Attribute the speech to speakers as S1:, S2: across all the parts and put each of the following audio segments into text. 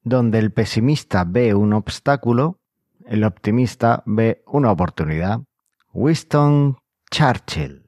S1: donde el pesimista ve un obstáculo, el optimista ve una oportunidad. Winston Churchill.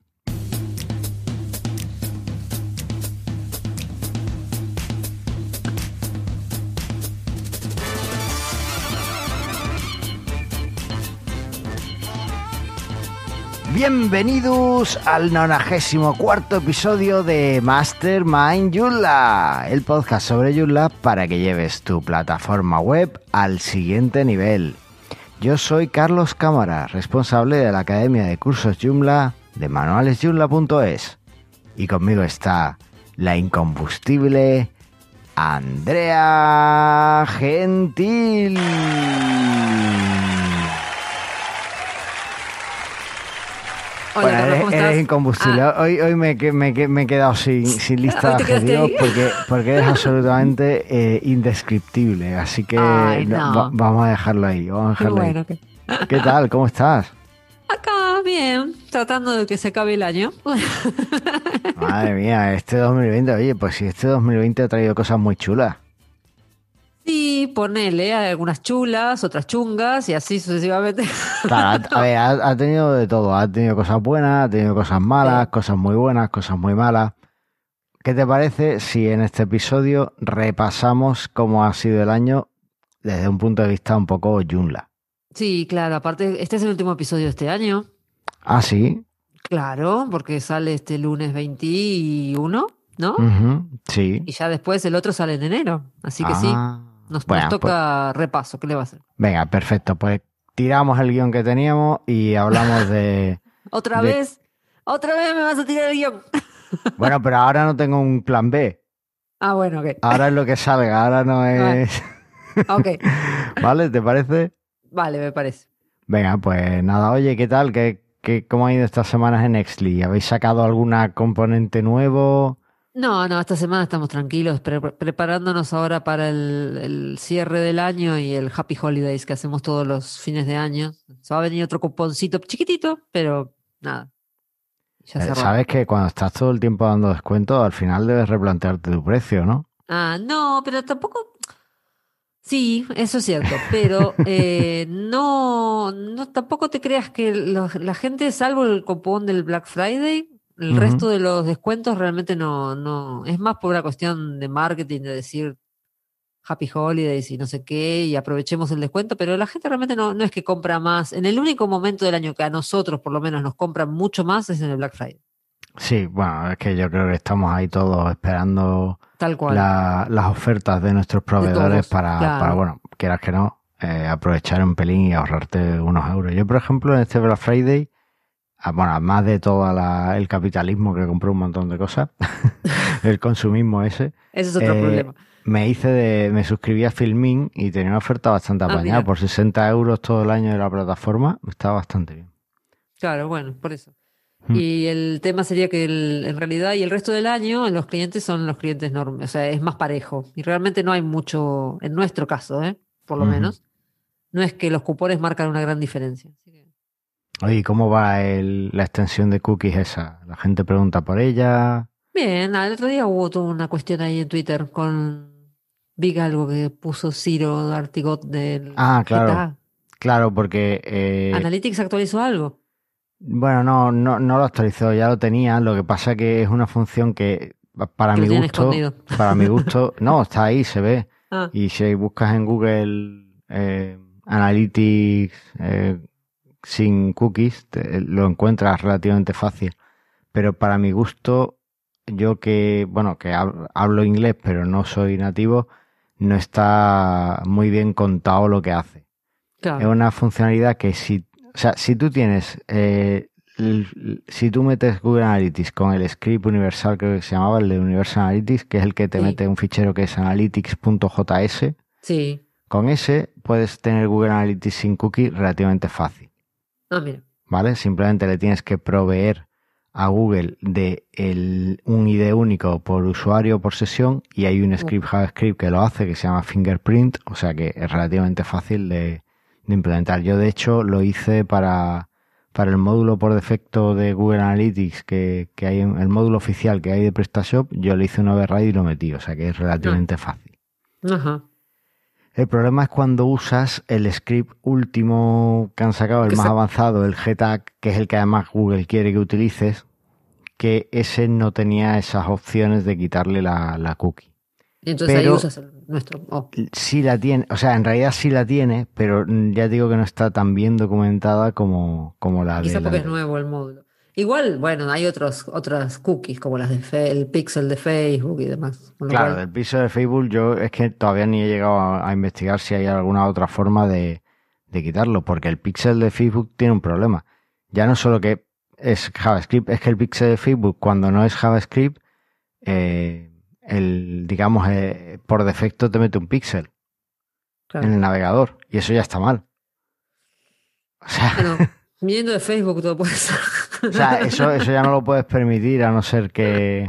S1: Bienvenidos al 94º episodio de Mastermind Joomla, el podcast sobre Joomla para que lleves tu plataforma web al siguiente nivel. Yo soy Carlos Cámara, responsable de la Academia de Cursos Joomla de manualesjoomla.es, y conmigo está la incombustible Andrea Gentil.
S2: Hola,
S1: Bueno,
S2: Carlos, ¿cómo
S1: eres
S2: estás?
S1: incombustible. Hoy me he quedado sin lista de
S2: ¿Hoy te quedaste
S1: adjetivos porque eres absolutamente indescriptible. Así que
S2: Ay, no.
S1: vamos a dejarlo ahí. Vamos a
S2: Qué
S1: dejarlo ahí.
S2: bueno.
S1: ¿Qué tal? ¿Cómo estás?
S2: Acá, bien, tratando de que se acabe el año.
S1: Madre mía, este 2020, oye, pues si este 2020 ha traído cosas muy chulas.
S2: Sí, ponele, hay algunas chulas, otras chungas y así sucesivamente.
S1: Claro, a ver, ha tenido de todo. Ha tenido cosas buenas, ha tenido cosas malas,
S2: Sí.
S1: cosas muy buenas, cosas muy malas. ¿Qué te parece si en este episodio repasamos cómo ha sido el año desde un punto de vista un poco Joomla?
S2: Sí, claro, aparte, este es el último episodio de este año.
S1: Ah, sí.
S2: Claro, porque sale este lunes 21, ¿no?
S1: Ujú, sí.
S2: Y ya después el otro sale en enero. Así que sí,
S1: Ah,
S2: nos
S1: bueno, pues
S2: toca repaso, ¿qué le va a hacer?
S1: venga, perfecto. Pues tiramos el guión que teníamos y hablamos
S2: ¿Otra
S1: de...
S2: vez? ¿Otra vez me vas a tirar el guión?
S1: Bueno, pero ahora no tengo un plan B.
S2: Ah, bueno, ok.
S1: Ahora es lo que salga, ahora no
S2: Vale,
S1: es...
S2: ok.
S1: ¿Vale? ¿Te parece?
S2: Vale, me parece.
S1: Venga, pues nada, oye, ¿qué tal? ¿Cómo han ido estas semanas en Nextly? ¿Habéis sacado alguna componente nuevo?
S2: No, esta semana estamos tranquilos, preparándonos ahora para el cierre del año y el Happy Holidays que hacemos todos los fines de año. Se va a venir otro cuponcito chiquitito, pero nada, ya cerramos.
S1: Sabes que cuando estás todo el tiempo dando descuentos, al final debes replantearte tu precio, ¿no?
S2: Ah, no, pero tampoco. Sí, eso es cierto, pero no, tampoco te creas que la gente, salvo el cupón del Black Friday, el
S1: Ujú.
S2: resto de los descuentos realmente no, es más por una cuestión de marketing, de decir Happy Holidays y no sé qué, y aprovechemos el descuento, pero la gente realmente no es que compra más. En el único momento del año que a nosotros por lo menos nos compran mucho más es en el Black Friday,
S1: Sí, bueno, es que yo creo que estamos ahí todos esperando
S2: tal cual,
S1: las ofertas de nuestros
S2: de
S1: proveedores
S2: todos,
S1: para,
S2: claro.
S1: bueno, quieras que no, aprovechar un pelín y ahorrarte unos euros. Yo, por ejemplo, en este Black Friday, bueno, además de todo el capitalismo que compró un montón de cosas, el consumismo ese,
S2: Ese es otro problema.
S1: me suscribí a Filmin y tenía una oferta bastante
S2: Ah,
S1: apañada.
S2: mira,
S1: Por 60 euros todo el año de la plataforma, estaba bastante bien.
S2: claro, bueno, por eso.
S1: Mm,
S2: Y el tema sería que en realidad y el resto del año los clientes son los clientes normales, o sea, es más parejo. Y realmente no hay mucho, en nuestro caso, por lo
S1: ujú.
S2: menos, no es que los cupones marcan una gran diferencia. Así que-
S1: Oye, ¿cómo va la extensión de cookies esa? La gente pregunta por ella.
S2: Bien, el otro día hubo toda una cuestión ahí en Twitter vi algo que puso Ciro Artigot del
S1: Ah, claro,
S2: GTA.
S1: claro, porque
S2: Analytics actualizó algo,
S1: bueno, no lo actualizó, ya lo tenía. Lo que pasa que es una función que
S2: que lo tienen escondido.
S1: para mi gusto, no, está ahí, se ve.
S2: Ah,
S1: Y si buscas en Google Analytics sin cookies, lo encuentras relativamente fácil. Pero para mi gusto, yo bueno, que hablo inglés, pero no soy nativo, no está muy bien contado lo que hace. Es
S2: claro.
S1: una funcionalidad que o sea, si tú tienes, si tú metes Google Analytics con el script universal, creo que se llamaba el de Universal Analytics, que es el que te
S2: Sí,
S1: mete un fichero que es analytics.js,
S2: sí.
S1: con ese puedes tener Google Analytics sin cookie relativamente fácil,
S2: Ah, mira.
S1: ¿vale? Simplemente le tienes que proveer a Google de un ID único por usuario o por sesión, y hay un
S2: Uh,
S1: script JavaScript que lo hace, que se llama Fingerprint, o sea que es relativamente fácil de implementar. Yo, de hecho, lo hice para el módulo por defecto de Google Analytics que hay el módulo oficial que hay de PrestaShop. Yo le hice un override y lo metí, o sea que es
S2: ah,
S1: relativamente fácil.
S2: ajá.
S1: El problema es cuando usas el script último que han sacado, el más avanzado, el GTAG, que es el que además Google quiere que utilices, que ese no tenía esas opciones de quitarle la cookie.
S2: Y entonces pero ahí usas el nuestro.
S1: Sí la tiene, o sea, en realidad sí la tiene, pero ya digo que no está tan bien documentada como la
S2: Quizá
S1: de...
S2: porque es nuevo el módulo. Igual, bueno, hay otras cookies como las de el pixel de Facebook y demás.
S1: Claro, del pixel de Facebook yo es que todavía ni he llegado a investigar si hay alguna otra forma de quitarlo, porque el pixel de Facebook tiene un problema. Ya no solo que es JavaScript, es que el pixel de Facebook cuando no es JavaScript, digamos, por defecto te mete un pixel en el navegador y eso ya está mal. O sea,
S2: bueno, viniendo de Facebook todo puede ser.
S1: O sea, eso ya no lo puedes permitir a no ser que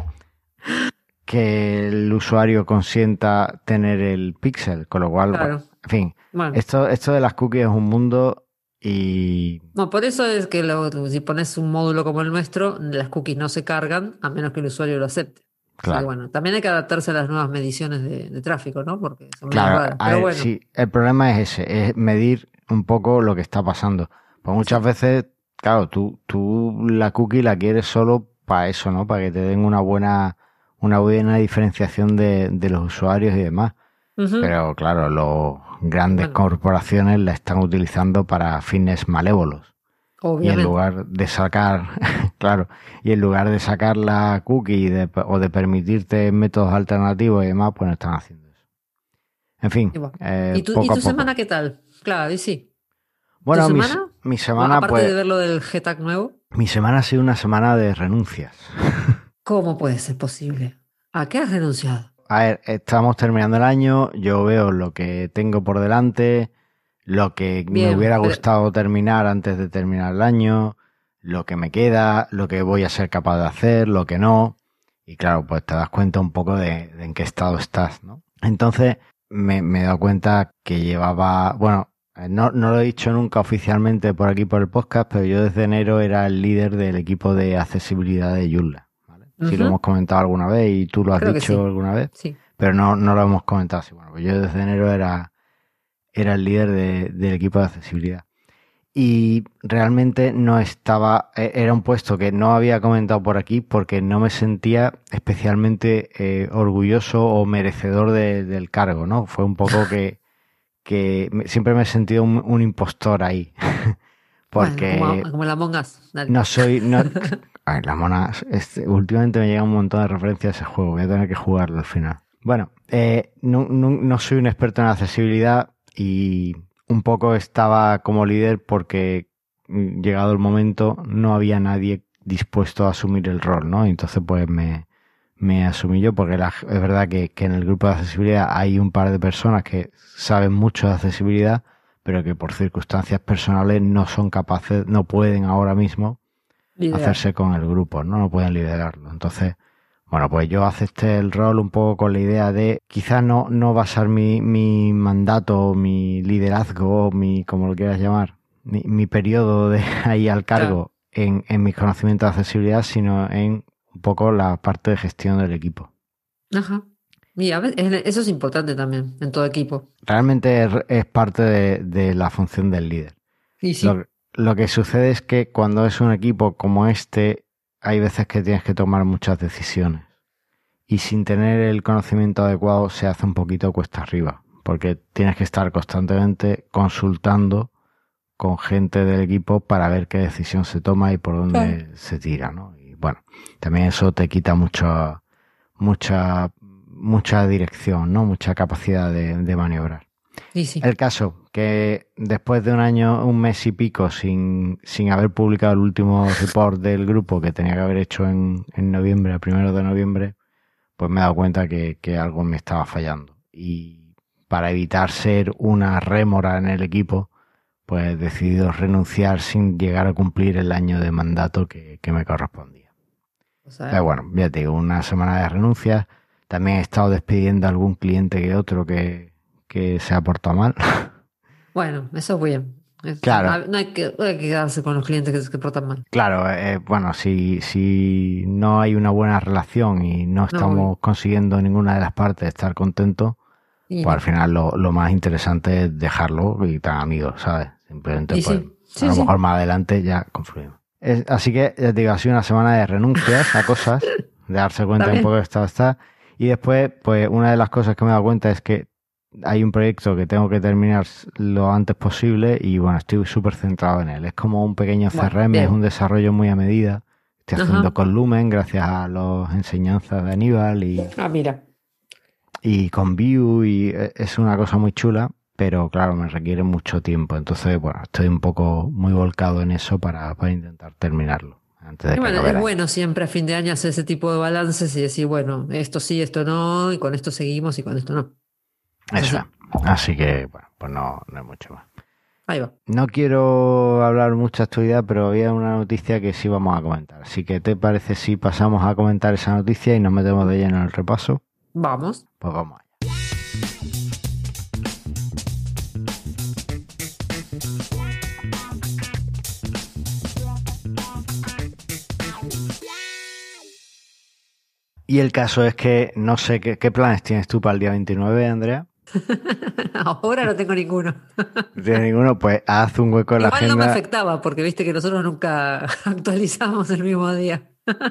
S1: el usuario consienta tener el pixel, con lo cual,
S2: claro.
S1: Bueno, en fin, bueno. Esto de las cookies es un mundo y...
S2: No, por eso es que si pones un módulo como el nuestro, las cookies no se cargan a menos que el usuario lo acepte. Claro. O sea, bueno, también hay que adaptarse a las nuevas mediciones de tráfico, ¿no? Porque son muy raras. Pero bueno.
S1: Sí, el problema es ese, es medir un poco lo que está pasando. Pues muchas veces, claro, tú la cookie la quieres solo para eso, ¿no? Para que te den una buena diferenciación de los usuarios y demás. Pero claro, las grandes corporaciones la están utilizando para fines malévolos. Obviamente. Y en lugar de sacar, claro, la cookie o de permitirte métodos alternativos y demás, pues no están haciendo eso. En fin.
S2: ¿Y tu semana qué tal? Claro, y sí.
S1: Bueno, mi semana,
S2: aparte
S1: pues,
S2: de ver lo del GTAG nuevo.
S1: Mi semana ha sido una semana de renuncias.
S2: ¿Cómo puede ser posible? ¿A qué has renunciado?
S1: A ver, estamos terminando el año, yo veo lo que tengo por delante, lo que me hubiera gustado terminar antes de terminar el año, lo que me queda, lo que voy a ser capaz de hacer, lo que no. Y claro, pues te das cuenta un poco de en qué estado estás, ¿no? Entonces me he dado cuenta que llevaba... Bueno, no lo he dicho nunca oficialmente por aquí por el podcast, pero yo desde enero era el líder del equipo de accesibilidad de Joomla. ¿Vale? Sí lo hemos comentado alguna vez y tú lo has dicho alguna vez, sí. Pero no lo hemos comentado así. Bueno, pues yo desde enero era el líder del equipo de accesibilidad. Y realmente no estaba, era un puesto que no había comentado por aquí porque no me sentía especialmente orgulloso o merecedor del cargo, ¿no? Fue un poco que siempre me he sentido un impostor ahí. Porque
S2: bueno, como la Among Us.
S1: No soy... A ver, la Among Us, últimamente me llega un montón de referencias a ese juego. Voy a tener que jugarlo al final. Bueno, no soy un experto en accesibilidad y un poco estaba como líder porque llegado el momento no había nadie dispuesto a asumir el rol, ¿no? Entonces pues me asumí yo porque es verdad que en el grupo de accesibilidad hay un par de personas que saben mucho de accesibilidad, pero que por circunstancias personales no son capaces, no pueden ahora mismo hacerse con el grupo, ¿no? No pueden liderarlo. Entonces, bueno, pues yo acepté el rol un poco con la idea de quizás no basar mi mandato, mi liderazgo, como lo quieras llamar, mi periodo de ahí al cargo en mis conocimientos de accesibilidad, sino en un poco la parte de gestión del equipo.
S2: Ajá. Y a veces, eso es importante también en todo equipo.
S1: Realmente es parte de la función del líder.
S2: Y sí.
S1: Lo que sucede es que cuando es un equipo como este, hay veces que tienes que tomar muchas decisiones. Y sin tener el conocimiento adecuado se hace un poquito cuesta arriba. Porque tienes que estar constantemente consultando con gente del equipo para ver qué decisión se toma y por dónde se tira, ¿no? Y bueno, también eso te quita mucha dirección, ¿no? Mucha capacidad de maniobrar.
S2: Y sí.
S1: El caso, que después de un mes y pico sin haber publicado el último report del grupo que tenía que haber hecho en noviembre, a 1 de noviembre, pues me he dado cuenta que algo me estaba fallando. Y para evitar ser una rémora en el equipo, pues he decidido renunciar sin llegar a cumplir el año de mandato que me correspondía. O sea, pero bueno, ya te digo, una semana de renuncias. También he estado despidiendo a algún cliente que otro que se ha portado mal.
S2: Bueno, eso es bien.
S1: Claro.
S2: No hay que quedarse con los clientes que se portan mal.
S1: Claro, bueno, si no hay una buena relación y no estamos consiguiendo ninguna de las partes estar contentos,
S2: Y
S1: pues
S2: no.
S1: al final lo más interesante es dejarlo y tan amigos, ¿sabes? Simplemente,
S2: Y
S1: pues,
S2: sí, sí,
S1: a lo
S2: sí.
S1: mejor más adelante ya confluimos. Así que, ya te digo, ha sido una semana de renuncias a cosas, de darse
S2: Está
S1: cuenta un poco
S2: bien.
S1: de esto está. Y después, pues, una de las cosas que me he dado cuenta es que hay un proyecto que tengo que terminar lo antes posible y, bueno, estoy súper centrado en él. Es como un pequeño
S2: Bueno,
S1: CRM, es un
S2: bien.
S1: desarrollo muy a medida. Estoy haciendo
S2: Ajá.
S1: con Lumen gracias a las enseñanzas de Aníbal
S2: Ah, mira.
S1: y con Vue y es una cosa muy chula, pero claro, me requiere mucho tiempo. Entonces, bueno, estoy un poco muy volcado en eso para intentar terminarlo antes de
S2: Y
S1: que
S2: bueno,
S1: acabe
S2: es
S1: el año.
S2: bueno siempre a fin de año hacer ese tipo de balances y decir, bueno, esto sí, esto no, y con esto seguimos y con esto no. Es
S1: Eso es.
S2: así.
S1: Así que, bueno, pues no hay mucho más.
S2: Ahí va.
S1: No quiero hablar mucha actualidad, pero había una noticia que sí vamos a comentar. Así que, ¿te parece si pasamos a comentar esa noticia y nos metemos de lleno en el repaso?
S2: Vamos.
S1: Pues vamos allá. Y el caso es que no sé qué planes tienes tú para el día 29, Andrea.
S2: Ahora no tengo ninguno.
S1: ¿No tienes ninguno? Pues haz un hueco en la
S2: Igual no me
S1: agenda.
S2: afectaba, porque viste que nosotros nunca actualizamos el mismo día.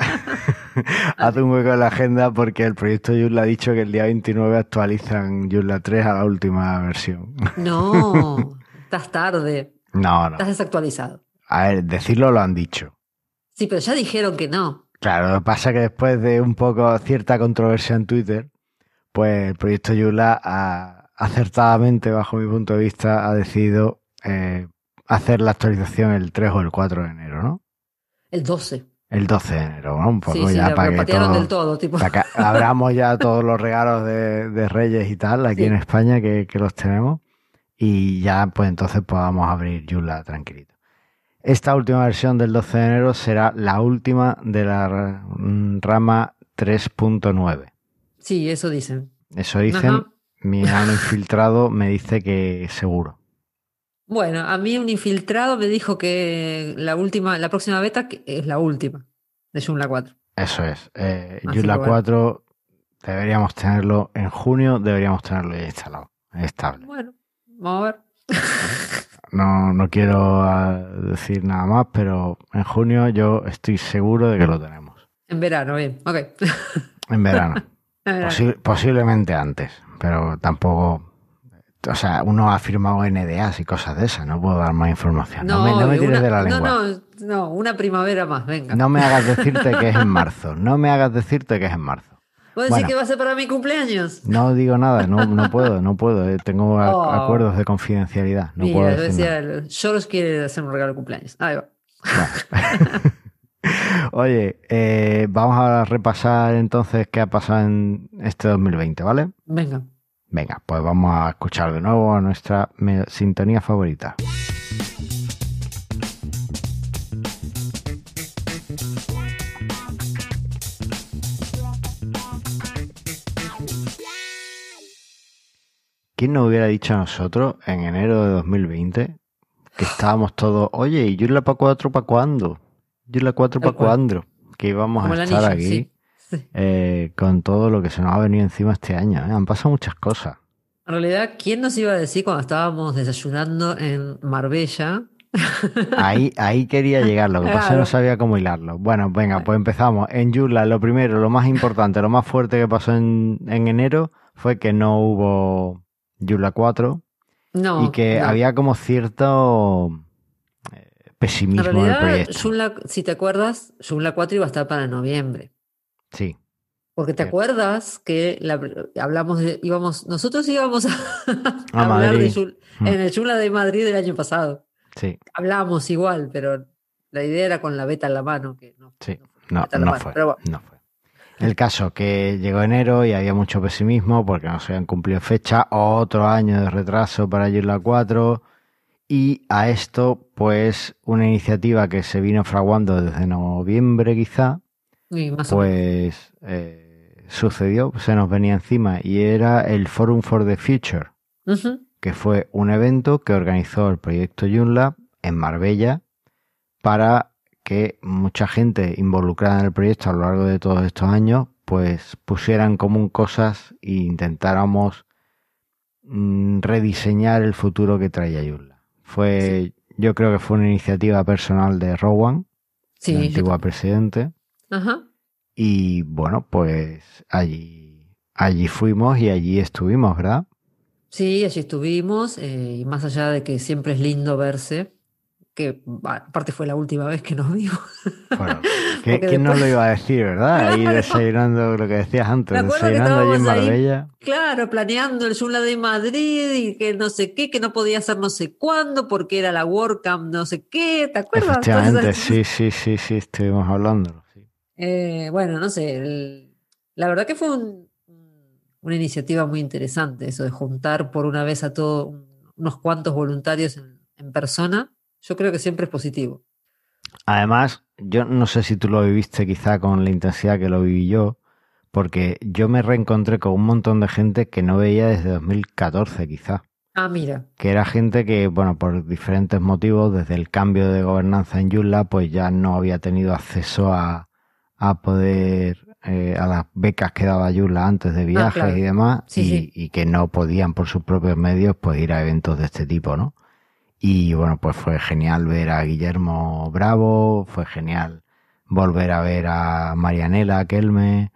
S1: Haz
S2: Así.
S1: un hueco en la agenda porque el proyecto Joomla ha dicho que el día 29 actualizan Joomla 3 a la última versión.
S2: No, estás tarde,
S1: No.
S2: estás desactualizado.
S1: A ver, decirlo lo han dicho.
S2: Sí, pero ya dijeron que no.
S1: Claro, lo que pasa es que después de un poco cierta controversia en Twitter, pues el proyecto Joomla acertadamente, bajo mi punto de vista, ha decidido hacer la actualización el 3 o el 4 de enero, ¿no?
S2: El 12.
S1: El 12 de enero, ¿no? Un
S2: Sí,
S1: poco
S2: sí,
S1: ya para
S2: lo
S1: que
S2: patearon del
S1: todo...
S2: todo, tipo.
S1: Para que abramos ya todos los regalos de Reyes y tal aquí en
S2: Sí.
S1: España que los tenemos y ya pues entonces podamos abrir Joomla tranquilito. Esta última versión del 12 de enero será la última de la rama 3.9.
S2: Sí, eso dicen.
S1: Eso dicen,
S2: Ajá.
S1: mi nano infiltrado me dice que seguro.
S2: Bueno, a mí un infiltrado me dijo que la próxima beta que es la última de Joomla 4.
S1: Eso es.
S2: Así que
S1: Joomla
S2: bueno.
S1: 4 deberíamos tenerlo en junio, deberíamos tenerlo ya instalado, estable.
S2: Bueno, vamos a ver.
S1: No quiero decir nada más, pero en junio yo estoy seguro de que lo tenemos.
S2: En verano, bien. Ok.
S1: En verano.
S2: En verano.
S1: Posiblemente antes, pero tampoco... O sea, uno ha firmado NDAs y cosas de esas, no puedo dar más información. No me
S2: obvio,
S1: tires de la lengua.
S2: no, una primavera más, venga.
S1: No me hagas decirte que es en marzo. No me hagas decirte que es en marzo.
S2: ¿Vos decís
S1: Bueno,
S2: que va a ser para mi cumpleaños?
S1: no digo nada, no puedo. Tengo
S2: Oh,
S1: acuerdos de confidencialidad, no puedo
S2: mira, yo
S1: decir nada.
S2: decía, George quiere hacer un regalo de cumpleaños. Ahí va.
S1: Bueno. Oye, vamos a repasar entonces qué ha pasado en este 2020, ¿vale?
S2: Venga.
S1: Venga, pues vamos a escuchar de nuevo a nuestra sintonía favorita. ¿Quién nos hubiera dicho a nosotros en enero de 2020 que estábamos todos, oye, ¿y Joomla para 4 para cuándo? Joomla 4
S2: Tal
S1: para
S2: cual.
S1: cuándo? Que íbamos
S2: Como
S1: a
S2: el
S1: estar
S2: anillo,
S1: aquí
S2: sí. Sí.
S1: con todo lo que se nos ha venido encima este año. Han pasado muchas cosas.
S2: En realidad, ¿quién nos iba a decir cuando estábamos desayunando en Marbella?
S1: Ahí quería llegar, lo que pasa es que no
S2: Claro.
S1: sabía cómo hilarlo. Bueno, venga,
S2: Bueno,
S1: pues empezamos. En Joomla, lo primero, lo más importante, lo más fuerte que pasó en enero fue que no hubo Joomla 4 y
S2: no,
S1: que
S2: no.
S1: había como cierto
S2: En
S1: pesimismo del
S2: realidad,
S1: proyecto.
S2: Si te acuerdas, Joomla 4 iba a estar para noviembre.
S1: Sí,
S2: Porque te
S1: cierto.
S2: acuerdas que nosotros íbamos a
S1: A
S2: hablar de
S1: Madrid. Mm,
S2: en el Joomla de Madrid del año pasado.
S1: sí,
S2: Hablamos igual, pero la idea era con la beta en la mano, que
S1: sí.
S2: no fue con la beta en la
S1: No
S2: mano.
S1: fue.
S2: Pero bueno,
S1: No fue. El caso que llegó enero y había mucho pesimismo porque no se habían cumplido fechas, otro año de retraso para Joomla 4 y a esto pues una iniciativa que se vino fraguando desde noviembre quizá,
S2: y más o menos.
S1: pues sucedió, se nos venía encima y era el Forum for the Future,
S2: Ujú.
S1: que fue un evento que organizó el proyecto Joomla en Marbella para que mucha gente involucrada en el proyecto a lo largo de todos estos años pues pusiera en común cosas e intentáramos rediseñar el futuro que traía Joomla. Yo creo que fue una iniciativa personal de Rowan,
S2: Sí,
S1: el
S2: yo
S1: antiguo
S2: también.
S1: presidente,
S2: Ajá.
S1: y bueno, pues allí fuimos y allí estuvimos, ¿verdad?
S2: Sí, allí estuvimos, y más allá de que siempre es lindo verse, que aparte fue la última vez que nos vimos,
S1: Bueno,
S2: porque
S1: ¿quién nos
S2: después,
S1: lo iba a decir, verdad? Ahí
S2: claro,
S1: desayunando, lo que decías
S2: me
S1: antes,
S2: acuerdo que
S1: desayunando allí en
S2: estábamos ahí,
S1: Marbella.
S2: claro, planeando el Joomla de Madrid y que no sé qué, que no podía ser no sé cuándo porque era la WordCamp no sé qué, ¿te acuerdas? Todas esas
S1: Efectivamente,
S2: cosas.
S1: sí, estuvimos hablando. Sí.
S2: Bueno, no sé, la verdad que fue una iniciativa muy interesante eso de juntar por una vez a todos unos cuantos voluntarios en persona. Yo creo que siempre es positivo.
S1: Además, yo no sé si tú lo viviste quizá con la intensidad que lo viví yo, porque yo me reencontré con un montón de gente que no veía desde 2014 quizá,
S2: Ah, mira,
S1: que era gente que, bueno, por diferentes motivos, desde el cambio de gobernanza en Joomla, pues ya no había tenido acceso a poder, a las becas que daba Joomla antes de
S2: ah,
S1: viajes y
S2: claro,
S1: demás,
S2: sí, sí,
S1: y que no podían por sus propios medios pues ir a eventos de este tipo, ¿no? Y bueno, pues fue genial ver a Guillermo Bravo, fue genial volver a ver a Marianela Kelme,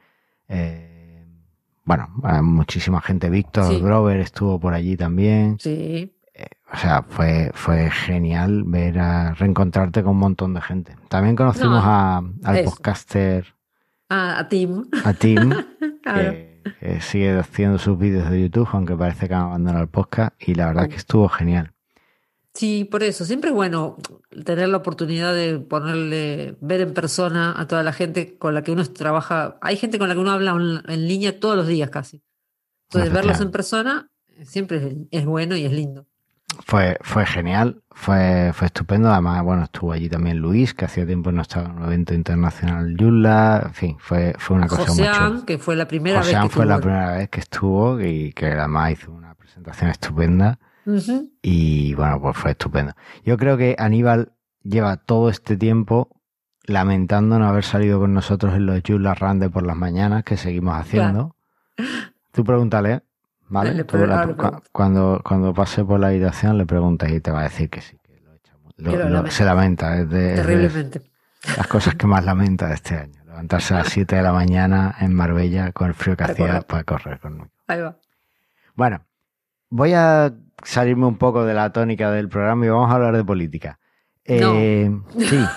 S1: eh, bueno, a muchísima gente, Víctor
S2: sí,
S1: Grover estuvo por allí también.
S2: sí.
S1: O sea, fue genial reencontrarte con un montón de gente. También conocimos
S2: No,
S1: al
S2: eso.
S1: podcaster,
S2: Ah, a Tim.
S1: a Tim,
S2: Claro.
S1: que sigue haciendo sus vídeos de YouTube, aunque parece que han abandonado el podcast, y la verdad que
S2: Oh.
S1: estuvo genial.
S2: Sí, por eso. Siempre es bueno tener la oportunidad de ponerle, ver en persona a toda la gente con la que uno trabaja. Hay gente con la que uno habla en línea todos los días casi. Entonces, verlos en
S1: Efectivamente.
S2: persona siempre es bueno y es lindo.
S1: Fue genial, fue estupendo. Además, bueno, estuvo allí también Luis, que hacía tiempo no estaba en un evento internacional Joomla. En fin, fue una cosa muy chula.
S2: Josean, que fue la primera vez que
S1: Josean fue la
S2: estuvo.
S1: primera vez que estuvo y que además hizo una presentación estupenda.
S2: Ujú,
S1: Y bueno, pues fue estupendo. Yo creo que Aníbal lleva todo este tiempo lamentando no haber salido con nosotros en los Joomla Run de por las mañanas que seguimos
S2: claro.
S1: haciendo. Tú pregúntale, ¿vale?
S2: Ahora le pregunto.
S1: Cuando pase por la habitación le preguntas y te va a decir que sí, que lo echa
S2: Que lo
S1: se
S2: lamenta
S1: lamenta, es de
S2: terriblemente.
S1: las cosas que más lamenta de este año. Levantarse a las 7 de la mañana en Marbella con el frío que
S2: Para
S1: hacía
S2: correr.
S1: para correr conmigo.
S2: Ahí va.
S1: Bueno, voy a salirme un poco de la tónica del programa y vamos a hablar de política.
S2: No.
S1: Sí,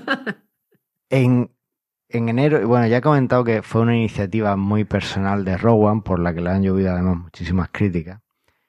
S1: en, en enero, y bueno, ya he comentado que fue una iniciativa muy personal de Rowan, por la que le han llovido además muchísimas críticas.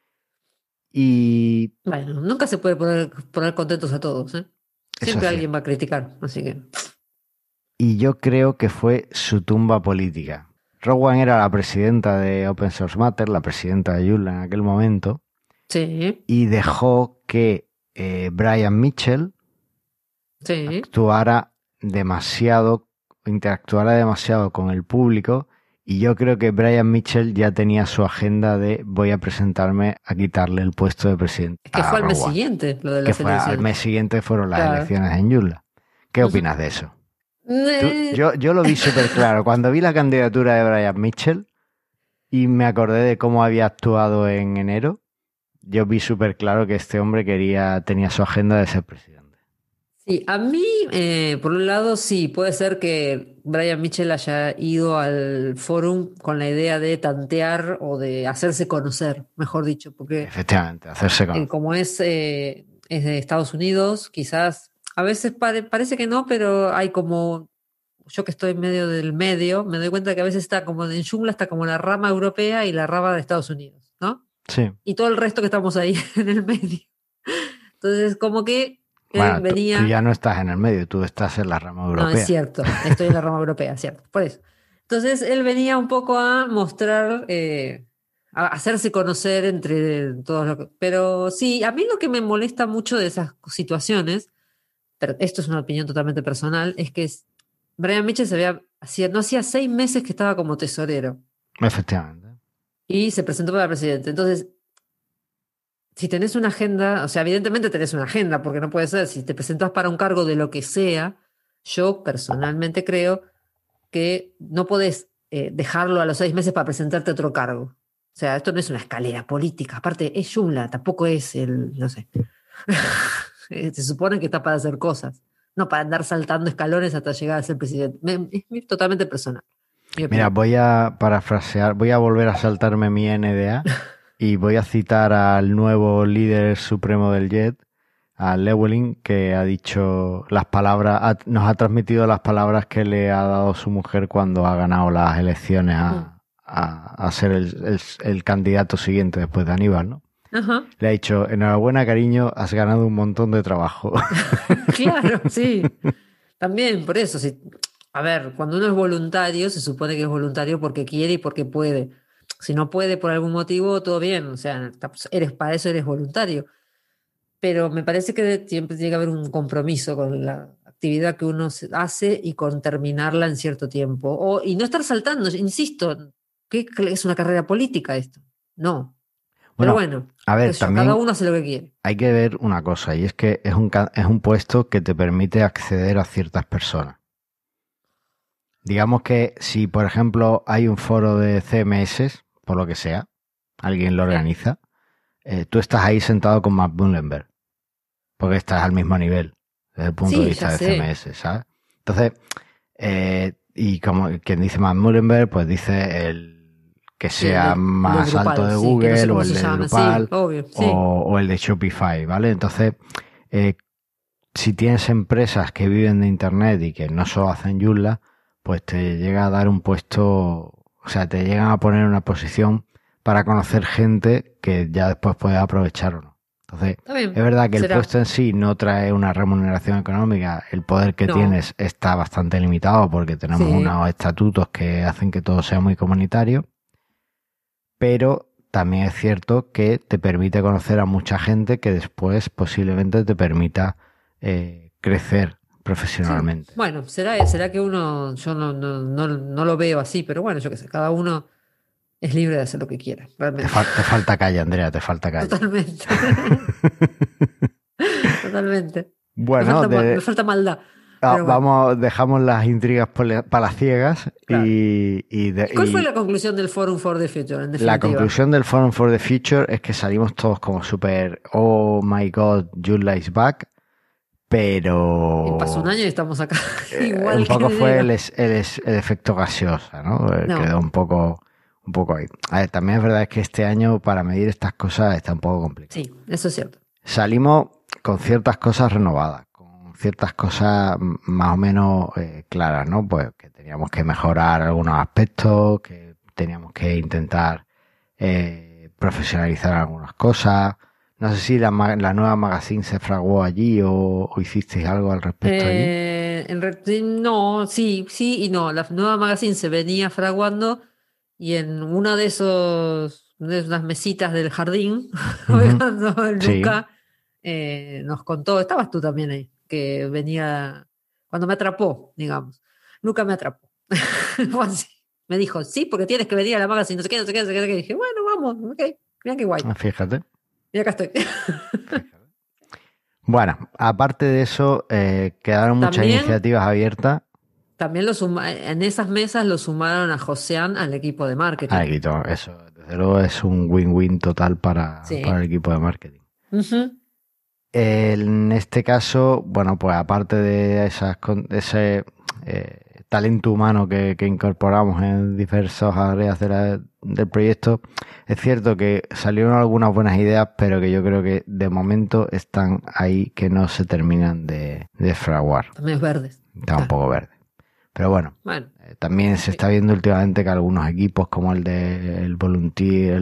S1: Y
S2: Bueno, nunca se puede poner contentos a todos, ¿eh?
S1: eso es
S2: Siempre alguien
S1: cierto.
S2: va a criticar, así que
S1: Y yo creo que fue su tumba política. Rowan era la presidenta de Open Source Matter, la presidenta de Joomla en aquel momento,
S2: sí,
S1: y dejó que Brian Mitchell
S2: sí.
S1: actuara demasiado, interactuara demasiado con el público. Y yo creo que Brian Mitchell ya tenía su agenda de voy a presentarme a quitarle el puesto de presidente
S2: Es que
S1: a
S2: fue al mes
S1: Rowan.
S2: siguiente lo de
S1: Que
S2: las
S1: fue al
S2: elecciones.
S1: mes siguiente fueron las
S2: Claro.
S1: elecciones en Joomla. ¿Qué
S2: Ujú.
S1: opinas de eso?
S2: Eh,
S1: Yo lo vi súper claro. Cuando vi la candidatura de Brian Mitchell y me acordé de cómo había actuado en enero, yo vi súper claro que este hombre tenía su agenda de ser presidente.
S2: sí, a mí, por un lado, sí, puede ser que Brian Mitchell haya ido al forum con la idea de tantear o de hacerse conocer, mejor dicho, porque
S1: Efectivamente, hacerse conocer.
S2: como es de Estados Unidos, quizás a veces parece que no, pero hay como, yo que estoy en medio del medio, me doy cuenta que a veces está como en Joomla, está como la rama europea y la rama de Estados Unidos, ¿no?
S1: Sí.
S2: Y todo el resto que estamos ahí en el medio. Entonces, como que él
S1: Bueno, tú
S2: venía,
S1: ya no estás en el medio, tú estás en la rama
S2: no, es
S1: europea.
S2: cierto, estoy en la rama europea, cierto, por eso. Entonces, él venía un poco a mostrar, a hacerse conocer entre todos los. Pero sí, a mí lo que me molesta mucho de esas situaciones, pero esto es una opinión totalmente personal, es que Brian Mitchell no hacía 6 meses que estaba como tesorero
S1: Efectivamente.
S2: y se presentó para presidente. Entonces, si tenés una agenda, o sea, evidentemente tenés una agenda, porque no puede ser, si te presentás para un cargo de lo que sea, yo personalmente creo que no podés dejarlo a los 6 meses para presentarte a otro cargo. sea, esto no es una escalera política. Aparte, es Joomla, tampoco es no sé. Se supone que está para hacer cosas, no para andar saltando escalones hasta llegar a ser presidente. Es totalmente personal.
S1: Mira, voy a parafrasear, voy a volver a saltarme mi NDA y voy a citar al nuevo líder supremo del JET, a Llewellyn, que ha dicho las palabras, nos ha transmitido las palabras que le ha dado su mujer cuando ha ganado las elecciones a ser el candidato siguiente después de Aníbal, ¿no?
S2: Ajá.
S1: Le ha dicho, enhorabuena, cariño, has ganado un montón de trabajo.
S2: Claro, sí. También, por eso, a ver, cuando uno es voluntario, se supone que es voluntario porque quiere y porque puede. Si no puede por algún motivo, todo bien, o sea, para eso eres voluntario. Pero me parece que siempre tiene que haber un compromiso con la actividad que uno hace y con terminarla en cierto tiempo. Y no estar saltando, insisto, ¿qué es una carrera política esto? No. Pero bueno,
S1: a ver, también
S2: cada uno hace lo que quiere.
S1: Hay que ver una cosa, y es que es un puesto que te permite acceder a ciertas personas. Digamos que si, por ejemplo, hay un foro de CMS, por lo que sea, alguien lo organiza, tú estás ahí sentado con Matt Mullenberg, porque estás al mismo nivel, desde el punto de vista de CMS, ¿sabes? Entonces, y como quien dice Matt Mullenberg, pues dice el que sea más alto de Google, o el de Drupal, o el de Shopify, ¿vale? Entonces, si tienes empresas que viven de Internet y que no solo hacen Joomla, pues te llega a dar un puesto, o sea, te llegan a poner en una posición para conocer gente que ya después puedes aprovechar o no. Entonces, es verdad que el puesto en sí no trae una remuneración económica, el poder que tienes está bastante limitado porque tenemos unos estatutos que hacen que todo sea muy comunitario, pero también es cierto que te permite conocer a mucha gente que después posiblemente te permita crecer profesionalmente.
S2: Sí. Bueno, será que yo no lo veo así, pero bueno, yo qué sé, cada uno es libre de hacer lo que quiera, realmente.
S1: Te falta calle, Andrea, te falta calle.
S2: Totalmente. Totalmente.
S1: Bueno,
S2: me falta maldad.
S1: Dejamos las intrigas para las ciegas. Claro.
S2: ¿Cuál fue la conclusión del Forum for the Future, en definitiva?
S1: La conclusión del Forum for the Future es que salimos todos como súper, oh my god, Joomla is back, pero...
S2: Y pasó un año y estamos acá. Igual
S1: un poco fue el efecto gaseosa, ¿no? Quedó un poco ahí. A ver, también es verdad que este año para medir estas cosas está un poco complicado.
S2: Sí, eso es cierto.
S1: Salimos con ciertas cosas renovadas, con ciertas cosas más o menos claras, ¿no? Pues que teníamos que mejorar algunos aspectos, que teníamos que intentar profesionalizar algunas cosas. No sé si la nueva magazine se fraguó allí o hicisteis algo al respecto allí.
S2: No, sí y no. La nueva magazine se venía fraguando y en una de unas mesitas del jardín, cuando Luca nos contó, estabas tú también ahí, que venía, cuando me atrapó, digamos. Luca me atrapó. Fue así. Me dijo, sí, porque tienes que venir a la magazine, no sé qué. Y dije, bueno, vamos, ok, mira qué guay.
S1: Fíjate.
S2: Y acá estoy.
S1: Bueno, aparte de eso, quedaron muchas iniciativas abiertas.
S2: También en esas mesas lo sumaron a Josean al equipo de marketing.
S1: Eso, desde luego es un win-win total para el equipo de marketing.
S2: Uh-huh.
S1: En este caso, bueno, pues aparte de ese talento humano que incorporamos en diversas áreas del proyecto, es cierto que salieron algunas buenas ideas, pero que yo creo que de momento están ahí que no se terminan de fraguar.
S2: También verdes.
S1: Está un poco verde. Pero bueno. También se está viendo últimamente que algunos equipos como el de el Volunteer,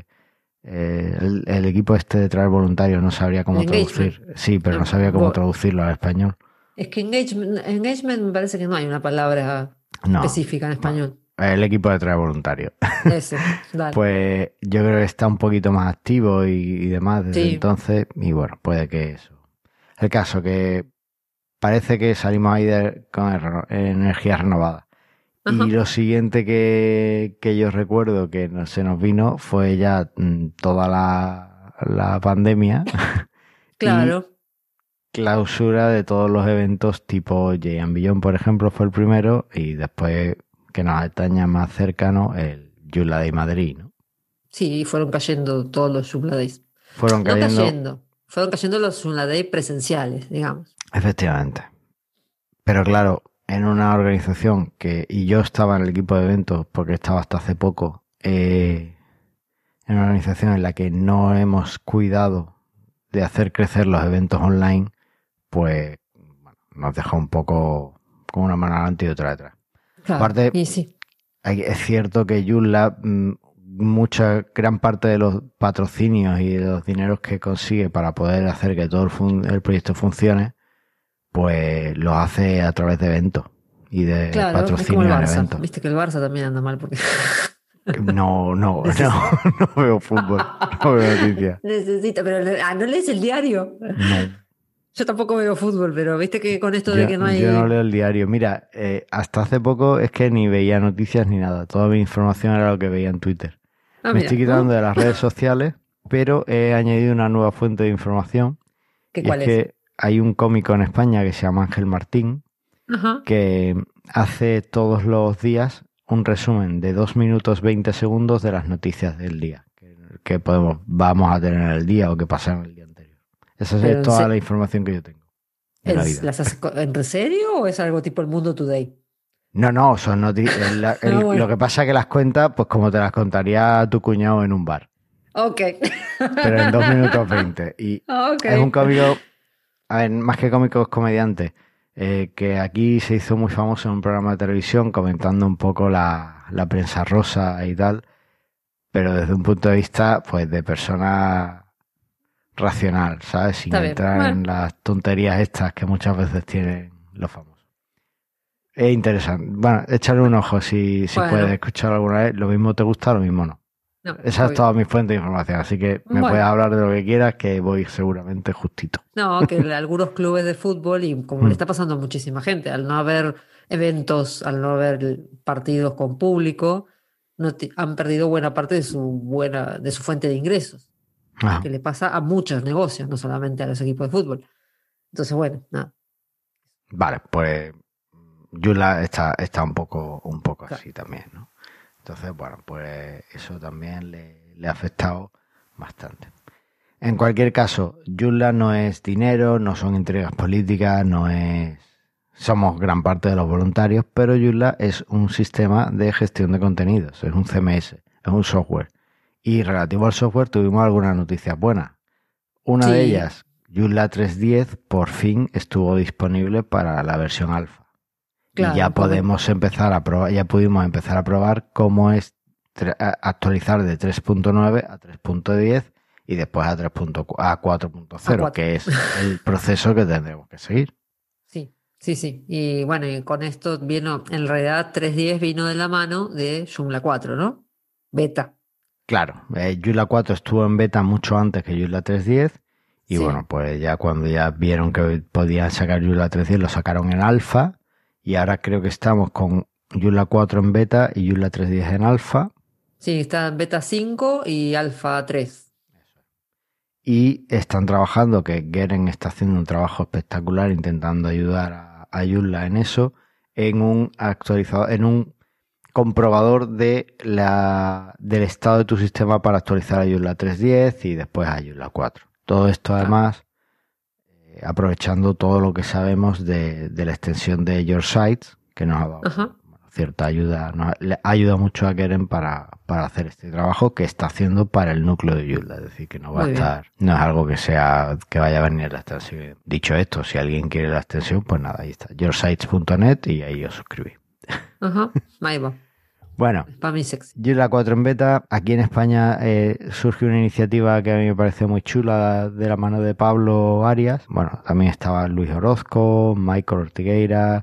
S1: el equipo este de traer voluntarios no sabría cómo traducir. Sí, pero no sabía cómo traducirlo al español.
S2: Es que engagement me parece que no hay una palabra específica en español.
S1: El equipo de traer voluntarios.
S2: Ese, dale.
S1: Pues yo creo que está un poquito más activo y demás desde entonces. Y bueno, puede que eso. El caso que parece que salimos ahí con energía renovada. Ajá. Y lo siguiente que yo recuerdo que se nos vino fue ya toda la pandemia.
S2: Claro.
S1: Clausura de todos los eventos tipo Jay & Beyond, por ejemplo, fue el primero, y después, que nos atañe más cercano, el Joomla Day Madrid, ¿no?
S2: Sí, fueron cayendo todos los Joomla Days.
S1: Fueron
S2: No
S1: cayendo,
S2: cayendo, fueron cayendo los Joomla Days presenciales, digamos.
S1: efectivamente. Pero claro, en una organización y yo estaba en el equipo de eventos porque estaba hasta hace poco, en una organización en la que no hemos cuidado de hacer crecer los eventos online, pues bueno, nos deja un poco con una mano adelante y otra detrás.
S2: Claro,
S1: Aparte,
S2: y sí,
S1: es cierto que Joomla, gran parte de los patrocinios y de los dineros que consigue para poder hacer que todo el proyecto funcione, pues lo hace a través de eventos y de
S2: claro, es como el
S1: patrocinio en
S2: Barça.
S1: eventos.
S2: Viste que el Barça también anda mal porque
S1: No veo fútbol, no veo noticias.
S2: necesita, pero ¿no lees el diario?
S1: No,
S2: Yo tampoco veo fútbol, pero viste que con esto de que no
S1: yo no
S2: hay...
S1: leo el diario. Mira, hasta hace poco es que ni veía noticias ni nada. Toda mi información era lo que veía en Twitter.
S2: Ah,
S1: Me
S2: mira,
S1: estoy quitando de las redes sociales, pero he añadido una nueva fuente de información.
S2: ¿qué
S1: Y es
S2: cuál es?
S1: que hay un cómico en España que se llama Ángel Martín,
S2: Ajá.
S1: que hace todos los días un resumen de 2 minutos 20 segundos de las noticias del día que vamos a tener en el día o que pasaron el día anterior. Esa
S2: Pero
S1: es toda la información que yo tengo de la vida.
S2: ¿las hace en serio o es algo tipo el Mundo Today?
S1: No, son noticias.
S2: Bueno.
S1: Lo que pasa es que las cuentas, pues como te las contaría tu cuñado en un bar.
S2: Ok.
S1: Pero en 2 minutos 20. Y
S2: Ok.
S1: es un cómico, a ver, más que cómico es comediante, que aquí se hizo muy famoso en un programa de televisión comentando un poco la prensa rosa y tal, pero desde un punto de vista pues de persona racional, ¿sabes? Sin
S2: Está bien.
S1: entrar
S2: Bueno.
S1: en las tonterías estas que muchas veces tienen los famosos. Es interesante. Bueno, échale un ojo si
S2: Bueno.
S1: puedes escuchar alguna vez. Lo mismo te gusta, lo mismo no.
S2: No,
S1: Esa es
S2: obvio.
S1: toda mi fuente de información, así que me
S2: Bueno.
S1: puedes hablar de lo que quieras, que voy seguramente justito.
S2: No, que algunos clubes de fútbol, y como le está pasando a muchísima gente, al no haber eventos, al no haber partidos con público, han perdido buena parte de de su fuente de ingresos,
S1: Ajá.
S2: que le pasa a muchos negocios, no solamente a los equipos de fútbol. Entonces, bueno, nada.
S1: Vale, pues Joomla está un poco
S2: Claro.
S1: así también, ¿no? Entonces, bueno, pues eso también le ha afectado bastante. En cualquier caso, Joomla no es dinero, no son intrigas políticas, no es... Somos gran parte de los voluntarios, pero Joomla es un sistema de gestión de contenidos, es un CMS, es un software. Y relativo al software tuvimos algunas noticias buenas. Una de
S2: Sí.
S1: ellas, Joomla 3.10 por fin estuvo disponible para la versión alfa.
S2: Claro,
S1: y ya podemos empezar a probar, ya pudimos empezar a probar cómo es actualizar de 3.9 a 3.10 y después a 4.0, que es el proceso que tendremos que seguir.
S2: Sí, sí, sí. Y bueno, y con esto vino, en realidad 3.10 vino de la mano de Joomla 4, ¿no? Beta.
S1: Claro, Joomla 4 estuvo en beta mucho antes que Joomla 3.10 y
S2: Sí.
S1: bueno, pues ya cuando ya vieron que podían sacar Joomla 3.10 lo sacaron en alfa y ahora creo que estamos con Joomla 4 en beta y Joomla 3.10 en alfa.
S2: Sí, está en beta 5 y alfa 3.
S1: Y están trabajando, que Geren está haciendo un trabajo espectacular intentando ayudar a Joomla en eso, en un actualizador, en un comprobador del estado de tu sistema para actualizar a Joomla 3.10 y después a Joomla 4. Todo esto además aprovechando todo lo que sabemos de la extensión de Your Sites, que nos ha dado cierta ayuda, le ayuda mucho a Geren para hacer este trabajo que está haciendo para el núcleo de Joomla, es decir, que no va a estar, no es algo que vaya a venir la extensión. Dicho esto, si alguien quiere la extensión, pues nada, ahí está, yoursites.net y ahí os suscribís.
S2: Ahí va.
S1: Bueno, Joomla 4 en beta. Aquí en España surge una iniciativa que a mí me parece muy chula de la mano de Pablo Arias. Bueno, también estaba Luis Orozco, Michael Ortigueira,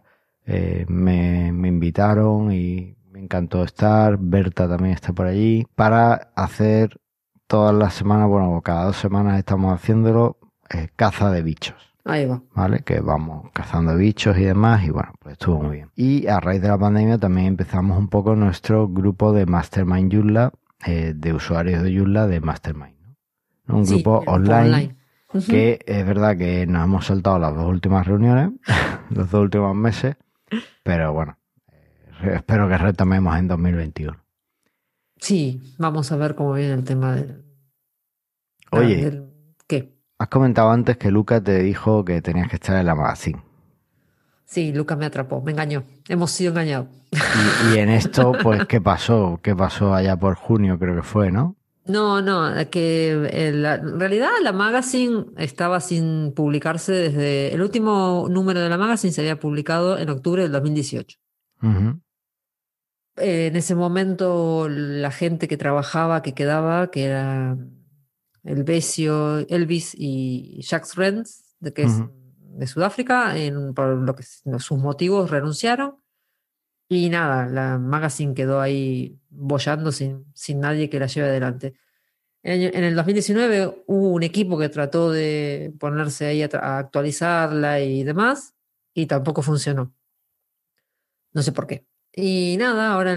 S1: me invitaron y me encantó estar. Berta también está por allí para hacer todas las semanas, bueno, cada 2 semanas estamos haciéndolo, caza de bichos.
S2: Ahí va.
S1: ¿Vale? Que vamos cazando bichos y demás y bueno, pues estuvo muy bien. Y a raíz de la pandemia también empezamos un poco nuestro grupo de Mastermind Joomla, de usuarios de Joomla de Mastermind, ¿no? Un grupo online. Que es verdad que nos hemos saltado las 2 últimas reuniones, los 2 últimos meses, pero bueno, espero que retomemos en 2021.
S2: Sí, vamos a ver cómo viene el tema del,
S1: Oye,
S2: del ¿qué?
S1: has comentado antes que Lucas te dijo que tenías que estar en la magazine.
S2: Sí, Lucas me atrapó, me engañó. Hemos sido engañados.
S1: Y en esto, pues, ¿qué pasó? ¿Qué pasó allá por junio, creo que fue, ¿no?
S2: No, no, que en realidad la magazine estaba sin publicarse desde el último número de la magazine se había publicado en octubre del 2018.
S1: Ujú,
S2: En ese momento la gente que trabajaba, que quedaba, que era el Besio, Elvis y Jacques Rens, de que es
S1: ujú.
S2: de Sudáfrica, por lo que sus motivos renunciaron. Y nada, la magazine quedó ahí boyando sin nadie que la lleve adelante. En el 2019 hubo un equipo que trató de ponerse ahí a actualizarla y demás, y tampoco funcionó. No sé por qué. Y nada, ahora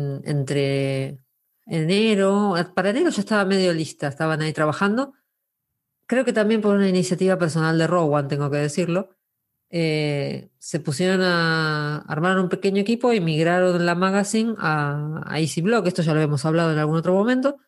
S2: entre enero, para enero ya estaba medio lista, estaban ahí trabajando. Creo que también por una iniciativa personal de Rowan, tengo que decirlo. Se pusieron a armar un pequeño equipo y migraron la magazine a EasyBlog. Esto ya lo hemos hablado en algún otro momento.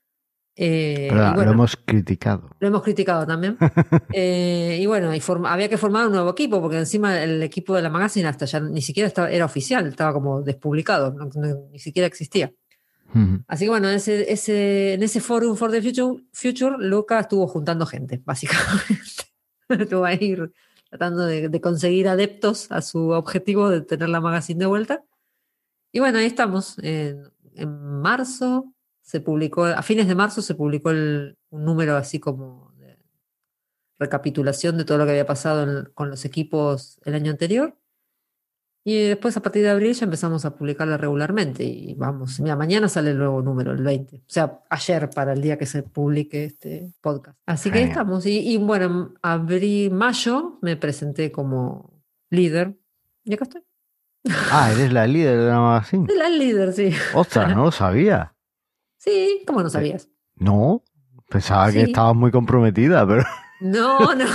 S2: Y
S1: Pero lo
S2: bueno,
S1: hemos criticado.
S2: lo hemos criticado también. Y bueno, había que formar un nuevo equipo, porque encima el equipo de la magazine hasta ya ni siquiera era oficial, estaba como despublicado, ni siquiera existía.
S1: Ujú.
S2: Así que bueno, en ese Forum for the Future, Luca estuvo juntando gente, básicamente. Estuvo ahí tratando de conseguir adeptos a su objetivo de tener la magazine de vuelta. Y bueno, ahí estamos. En marzo se publicó, a fines de marzo se publicó un número así como de recapitulación de todo lo que había pasado con los equipos el año anterior. Y después a partir de abril ya empezamos a publicarla regularmente. Y vamos, mira, mañana sale el nuevo número, el 20. O sea, ayer para el día que se publique este podcast. Así que ahí
S1: Genial.
S2: estamos. Y bueno, en abril, mayo me presenté como líder. Y acá estoy.
S1: Ah, eres la líder de la magazine.
S2: Soy la líder, sí.
S1: Ostras, no lo sabía.
S2: Sí, ¿cómo no
S1: Eh,
S2: sabías?
S1: no, pensaba que
S2: Sí.
S1: estabas muy comprometida, pero...
S2: No, no.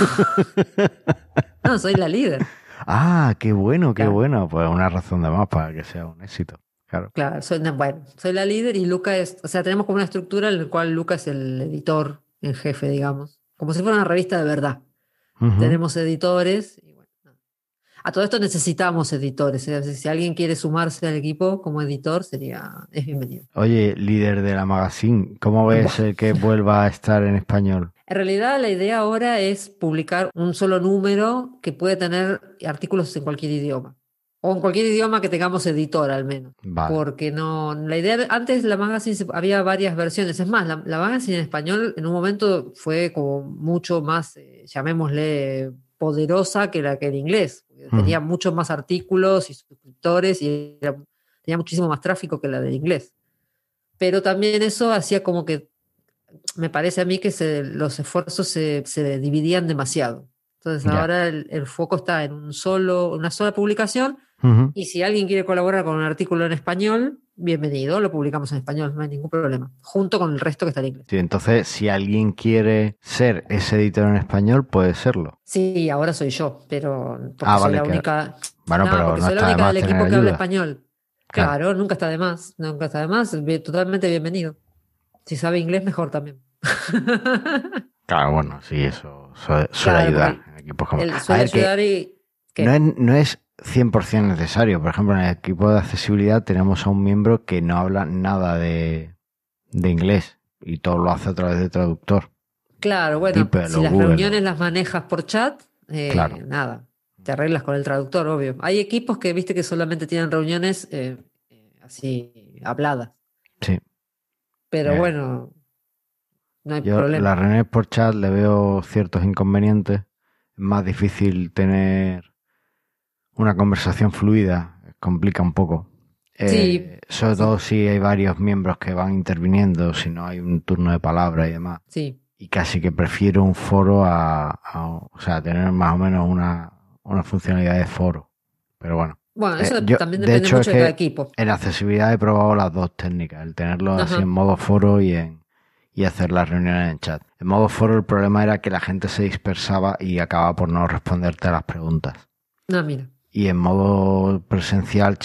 S2: No, soy la líder.
S1: Ah, qué bueno, qué
S2: Claro,
S1: bueno. Pues una razón de más para que sea un éxito. Claro.
S2: claro. Bueno, soy la líder y Luca es, o sea, tenemos como una estructura en la cual Luca es el editor en jefe, digamos. Como si fuera una revista de verdad.
S1: Ujú.
S2: Tenemos editores y bueno. Nada. A todo esto necesitamos editores. Si alguien quiere sumarse al equipo como editor, es bienvenido.
S1: Oye, líder de la magazine, ¿cómo ves
S2: Buah.
S1: el que vuelva a estar en español?
S2: En realidad, la idea ahora es publicar un solo número que puede tener artículos en cualquier idioma. O en cualquier idioma que tengamos editor, al menos.
S1: Vale.
S2: Porque no. La idea. Antes la magazine había varias versiones. Es más, la magazine en español en un momento fue como mucho más, llamémosle, poderosa que la que en inglés.
S1: Ujú.
S2: Tenía muchos más artículos y suscriptores y tenía muchísimo más tráfico que la del inglés. Pero también eso hacía como que me parece a mí que los esfuerzos se dividían demasiado. Entonces
S1: Ya.
S2: ahora el foco está en una sola publicación
S1: Ujú.
S2: y si alguien quiere colaborar con un artículo en español, bienvenido, lo publicamos en español, no hay ningún problema, junto con el resto que está en inglés.
S1: Sí, entonces, si alguien quiere ser ese editor en español, puede serlo.
S2: Sí, ahora soy yo, pero porque
S1: Ah,
S2: soy
S1: vale,
S2: la
S1: que...
S2: única,
S1: Bueno,
S2: no,
S1: pero
S2: porque
S1: no
S2: soy la
S1: está de
S2: única
S1: más
S2: del
S1: tener
S2: equipo que habla
S1: ayuda.
S2: español.
S1: Claro.
S2: Claro, nunca está de más, nunca está de más, totalmente bienvenido. Si sabe inglés, mejor también.
S1: Claro, bueno, sí, eso suele
S2: Claro, porque
S1: ayudar en equipos como...
S2: él
S1: A
S2: suele
S1: ver, que
S2: ayudar y... ¿Qué?
S1: no es 100% necesario. Por ejemplo, en el equipo de accesibilidad tenemos a un miembro que no habla nada de inglés y todo lo hace a través de traductor.
S2: Claro, bueno,
S1: DeepL
S2: si
S1: o
S2: las
S1: Google.
S2: reuniones las manejas por chat,
S1: Claro,
S2: nada, te arreglas con el traductor, obvio. Hay equipos que viste que solamente tienen reuniones así habladas,
S1: sí.
S2: pero
S1: Eh,
S2: bueno, no hay
S1: yo
S2: problema.
S1: las reuniones por chat le veo ciertos inconvenientes. Es más difícil tener una conversación fluida, complica un poco.
S2: Sí,
S1: Sobre todo
S2: sí,
S1: si hay varios miembros que van interviniendo, si no hay un turno de palabra y demás.
S2: sí.
S1: Y casi que prefiero un foro o sea, tener más o menos una funcionalidad de foro. Pero bueno.
S2: Bueno, eso
S1: Yo,
S2: también
S1: de
S2: depende
S1: hecho, es
S2: mucho de cada
S1: que
S2: equipo.
S1: en accesibilidad he probado las dos técnicas, el tenerlo así en
S2: Ajá,
S1: modo foro y hacer las reuniones en chat. En modo foro el problema era que la gente se dispersaba y acababa por no responderte a las preguntas.
S2: no, mira,
S1: Y en modo presencial chat,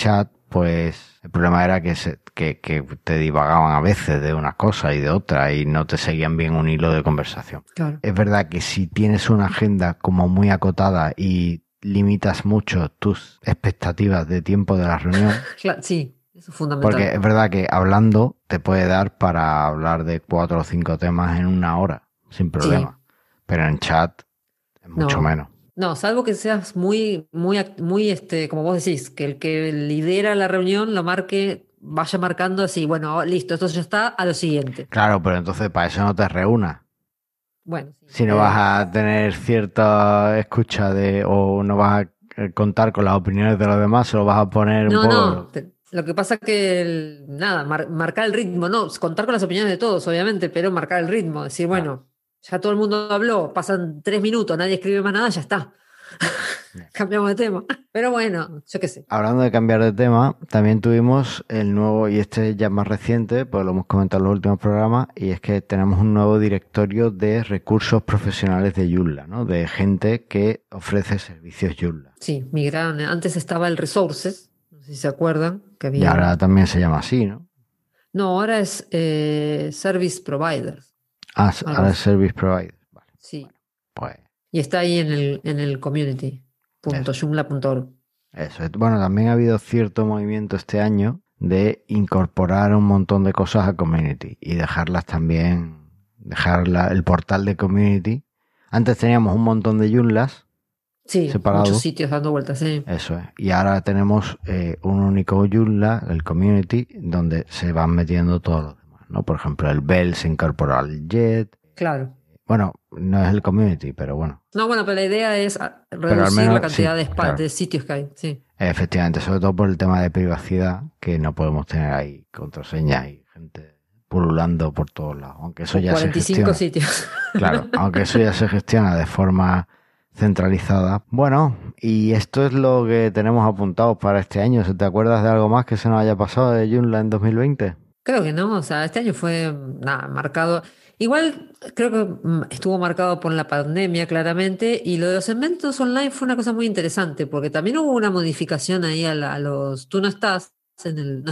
S1: pues el problema era que te divagaban a veces de una cosa y de otra y no te seguían bien un hilo de conversación.
S2: Claro.
S1: Es verdad que si tienes una agenda como muy acotada y limitas mucho tus expectativas de tiempo de la reunión,
S2: Sí, eso es fundamental.
S1: porque es verdad que hablando te puede dar para hablar de 4 o 5 temas en una hora, sin problema.
S2: Sí.
S1: Pero en chat es mucho menos.
S2: No, salvo que seas muy, como vos decís, que el que lidera la reunión lo marque, vaya marcando así, bueno, listo, esto ya está, a lo siguiente.
S1: Claro, pero entonces para eso no te reúnas.
S2: Bueno, sí,
S1: Si no vas a tener cierta escucha o no vas a contar con las opiniones de los demás, se lo vas a poner un poco.
S2: No, lo que pasa es que, marcar el ritmo, no, contar con las opiniones de todos, obviamente, pero marcar el ritmo, decir, bueno, ya todo el mundo habló, pasan 3 minutos, nadie escribe más nada, ya está. Cambiamos de tema. Pero bueno, yo qué sé.
S1: Hablando de cambiar de tema, también tuvimos el nuevo, y este ya es más reciente, pues lo hemos comentado en los últimos programas, y es que tenemos un nuevo directorio de recursos profesionales de Joomla, ¿no? De gente que ofrece servicios Joomla.
S2: Sí, migraron. Antes estaba el Resources, no sé si se acuerdan. Que había...
S1: Y ahora también se llama así, ¿no?
S2: No, ahora es Service Providers.
S1: Ahora es Service Provider. Vale.
S2: Sí.
S1: Bueno, pues...
S2: Y está ahí en el community.joomla.org.
S1: Eso. Bueno, también ha habido cierto movimiento este año de incorporar un montón de cosas a Community y dejar el portal de Community. Antes teníamos un montón de Joomlas separados.
S2: Muchos sitios dando vueltas, sí.
S1: Eso es. Y ahora tenemos un único Joomla, el Community, donde se van metiendo todos los demás, ¿no? Por ejemplo, el Bell se incorporó al Jet.
S2: Claro.
S1: Bueno, no es el Community, pero bueno.
S2: No, bueno, pero la idea es reducir la cantidad de sitios que hay, sí.
S1: Efectivamente, sobre todo por el tema de privacidad, que no podemos tener ahí contraseñas y gente pululando por todos lados, aunque eso ya
S2: 45 sitios.
S1: Claro, aunque eso ya se gestiona de forma centralizada. Bueno, y esto es lo que tenemos apuntado para este año. ¿Se te acuerdas de algo más que se nos haya pasado de Joomla en 2020?
S2: Creo que no, o sea, este año fue marcado. Igual creo que estuvo marcado por la pandemia claramente, y lo de los eventos online fue una cosa muy interesante, porque también hubo una modificación ahí a los... Tú no estabas en el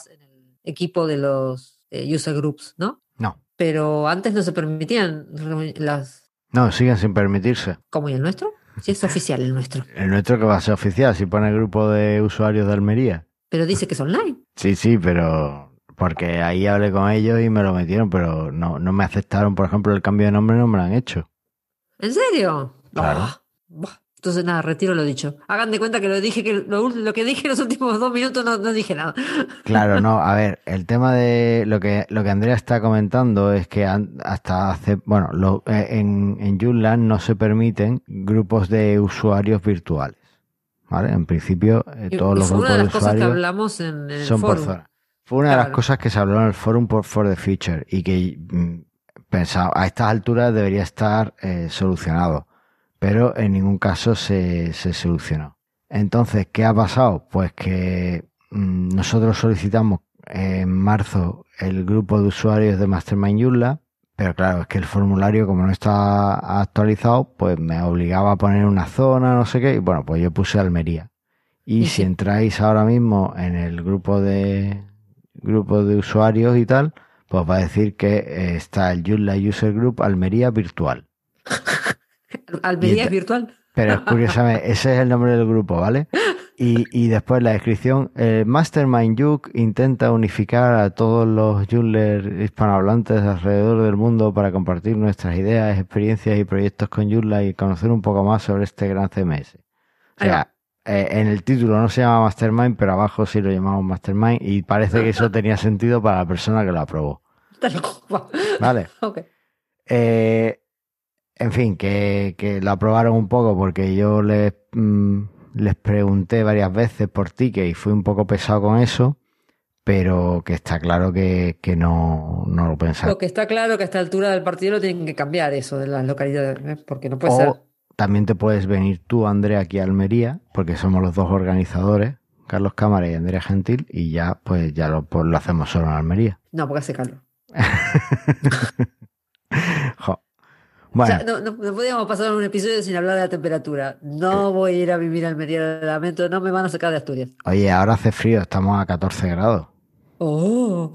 S2: equipo de los user groups, ¿no?
S1: No.
S2: Pero antes no se permitían las...
S1: No, siguen sin permitirse.
S2: ¿Cómo y el nuestro? Sí, es oficial el nuestro.
S1: El nuestro que va a ser oficial, si pone grupo de usuarios de Almería.
S2: Pero dice que es online.
S1: Sí, pero... Porque ahí hablé con ellos y me lo metieron, pero no me aceptaron, por ejemplo, el cambio de nombre, no me lo han hecho.
S2: ¿En serio?
S1: Claro.
S2: Entonces nada, retiro lo dicho. Hagan de cuenta que lo que dije en los últimos 2 minutos no dije nada.
S1: Claro, no, a ver, el tema de lo que Andrea está comentando es que hasta hace, bueno, en Joomla no se permiten grupos de usuarios virtuales, ¿vale? En principio todos los grupos de usuarios
S2: una de las cosas que hablamos en el
S1: son
S2: foro.
S1: por zona. Fue una de las cosas que se habló en el forum for the future y que pensaba a estas alturas debería estar solucionado, pero en ningún caso se solucionó. Entonces, ¿qué ha pasado? Pues que nosotros solicitamos en marzo el grupo de usuarios de Mastermind Joomla, pero claro, es que el formulario, como no está actualizado, pues me obligaba a poner una zona, no sé qué, y bueno, pues yo puse Almería. Y si entráis ahora mismo en el grupo de usuarios y tal, pues va a decir que está el Joomla User Group Almería Virtual.
S2: ¿Almería es virtual?
S1: Pero curiosamente, ese es el nombre del grupo, ¿vale? Y después la descripción, Mastermind Joomla intenta unificar a todos los Joomlers hispanohablantes alrededor del mundo para compartir nuestras ideas, experiencias y proyectos con Joomla y conocer un poco más sobre este gran CMS. O sea, en el título no se llama Mastermind, pero abajo sí lo llamamos Mastermind y parece que eso tenía sentido para la persona que lo aprobó. Vale.
S2: Okay.
S1: En fin, que lo aprobaron un poco porque yo les pregunté varias veces por ticket y fui un poco pesado con eso, pero que está claro que no lo pensaron.
S2: Lo que está claro que a esta altura del partido lo tienen que cambiar eso de las localidades, porque no puede ser.
S1: También te puedes venir tú, Andrea, aquí a Almería, porque somos los dos organizadores, Carlos Cámara y Andrea Gentil, y ya pues lo hacemos solo en Almería.
S2: No, porque hace calor.
S1: Bueno,
S2: No podíamos pasar un episodio sin hablar de la temperatura. No voy a ir a vivir a Almería, lamento, no me van a sacar de Asturias.
S1: oye, ahora hace frío, estamos a 14 grados.
S2: Oh,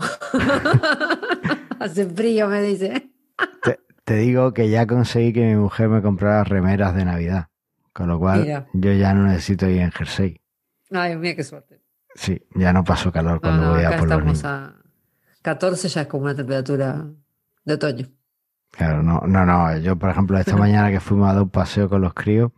S2: hace frío, me dice.
S1: Te digo que ya conseguí que mi mujer me comprara remeras de Navidad, con lo cual
S2: Mira.
S1: yo ya no necesito ir en jersey.
S2: Ay, mira qué suerte.
S1: Sí, ya no paso calor cuando
S2: No,
S1: voy a
S2: acá
S1: por los
S2: estamos
S1: niños.
S2: a 14, ya es como una temperatura de otoño.
S1: Claro, no. Yo, por ejemplo, esta mañana que fuimos a dar un paseo con los críos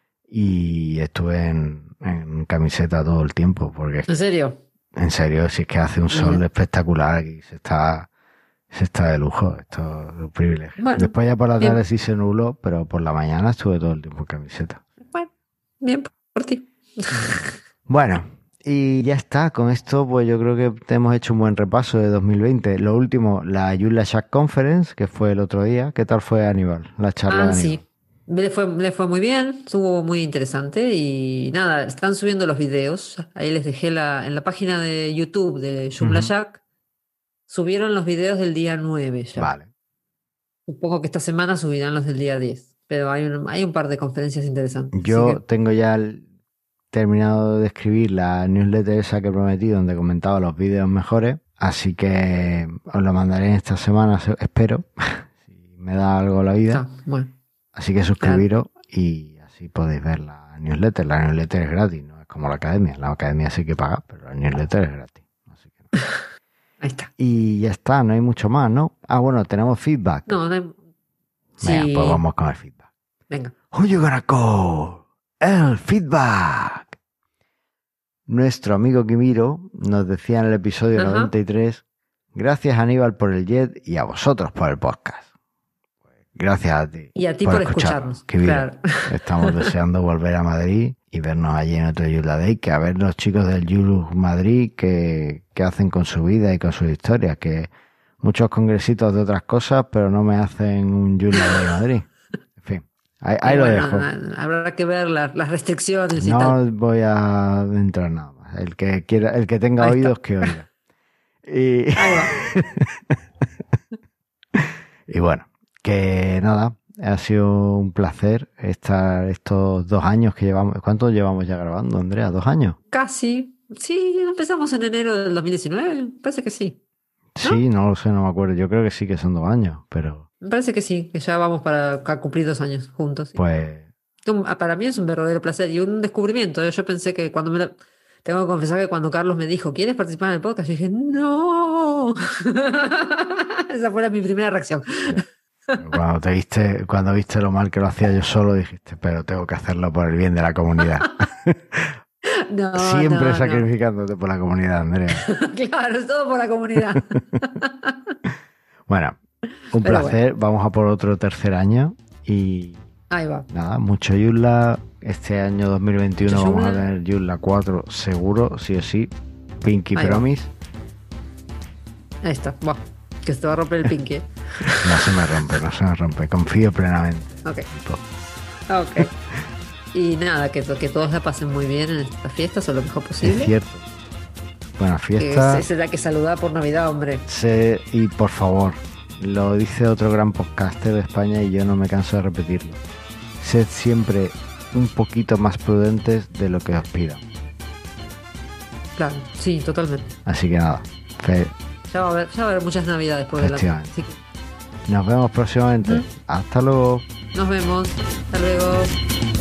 S1: y estuve en camiseta todo el tiempo, porque
S2: ¿En serio?
S1: en serio, si es que hace un sol
S2: Mira.
S1: espectacular aquí, se está de lujo, esto es un privilegio.
S2: Bueno,
S1: Después ya por la tarde
S2: bien.
S1: sí se nubló, pero por la mañana estuve todo el tiempo en camiseta.
S2: Bueno, bien por ti.
S1: Bueno, y ya está, con esto pues yo creo que te hemos hecho un buen repaso de 2020. Lo último, la Joomla Shack Conference, que fue el otro día. ¿Qué tal fue, Aníbal? La charla de Aníbal.
S2: Sí. Le fue muy bien, estuvo muy interesante y nada, están subiendo los videos. Ahí les dejé en la página de YouTube de Joomla Shack. Subieron los videos del día 9 ya.
S1: Vale.
S2: Supongo que esta semana subirán los del día 10, pero hay un par de conferencias interesantes.
S1: Yo
S2: así que,
S1: tengo ya terminado de escribir la newsletter esa que prometí, donde comentaba los vídeos mejores, así que os lo mandaré esta semana, espero, si me da algo la vida.
S2: bueno,
S1: Así que suscribiros y así podéis ver la newsletter. La newsletter es gratis, no es como la academia. La academia sí que paga, pero la newsletter es gratis. Así que no.
S2: ahí está.
S1: Y ya está, no hay mucho más, ¿no? Ah, bueno, tenemos feedback.
S2: No, no hay...
S1: Venga,
S2: Sí.
S1: pues vamos con el feedback.
S2: Venga.
S1: Who you gonna call? El feedback. Nuestro amigo Kimiro nos decía en el episodio
S2: Ajá.
S1: 93: gracias, Aníbal, por el jet y a vosotros por el podcast. Gracias a ti.
S2: Y a ti por escucharnos.
S1: Kimiro.
S2: Claro.
S1: Estamos deseando volver a Madrid y vernos allí en otro Joomla Day, que a ver los chicos del Joomla Madrid que hacen con su vida y con sus historias, que muchos congresitos de otras cosas, pero no me hacen un Joomla Day Madrid. En fin, ahí lo dejo.
S2: Habrá que ver las restricciones y
S1: No
S2: tal.
S1: voy a entrar nada más. El que quiera, el que tenga
S2: Ahí
S1: oídos,
S2: está.
S1: que oiga. Y,
S2: Ahí va.
S1: y bueno, que nada, ha sido un placer estar estos 2 años que llevamos. ¿Cuánto llevamos ya grabando, Andrea? ¿2 años?
S2: Casi. Sí, empezamos en enero del 2019. Parece que sí.
S1: Sí, no lo sé, no me acuerdo. Yo creo que sí que son 2 años, pero
S2: Me parece que sí, que ya vamos para cumplir 2 años juntos. Sí.
S1: pues
S2: Para mí es un verdadero placer y un descubrimiento. Yo pensé que tengo que confesar que cuando Carlos me dijo, ¿quieres participar en el podcast? Yo dije, ¡no! Esa fue mi primera reacción.
S1: cuando viste lo mal que lo hacía yo solo, dijiste, pero tengo que hacerlo por el bien de la comunidad.
S2: No,
S1: Siempre
S2: no.
S1: sacrificándote por la comunidad, Andrea.
S2: Claro, es todo por la comunidad.
S1: Bueno, un
S2: Pero
S1: placer. Vamos a por otro tercer año y
S2: Ahí va.
S1: nada, mucho Joomla. Este año 2021
S2: Mucho
S1: vamos a
S2: Joomla.
S1: tener Joomla 4 seguro, sí o sí. Pinky
S2: Ahí va.
S1: Promise.
S2: Ahí está. Buah, que se te va a romper el pinky.
S1: No se me rompe. Confío plenamente.
S2: Ok. Y nada, que todos la pasen muy bien en estas fiestas o lo mejor
S1: Es
S2: posible.
S1: cierto. Buena
S2: Que
S1: fiesta.
S2: se da que saludar por Navidad, hombre.
S1: Y por favor, lo dice otro gran podcaster de España y yo no me canso de repetirlo. Sed siempre un poquito más prudentes de lo que os pidan.
S2: Claro, sí, totalmente.
S1: Así que nada,
S2: Ya va a haber muchas Navidades por delante.
S1: Efectivamente.
S2: Así que
S1: nos vemos próximamente. Hasta luego.
S2: nos vemos. Hasta luego.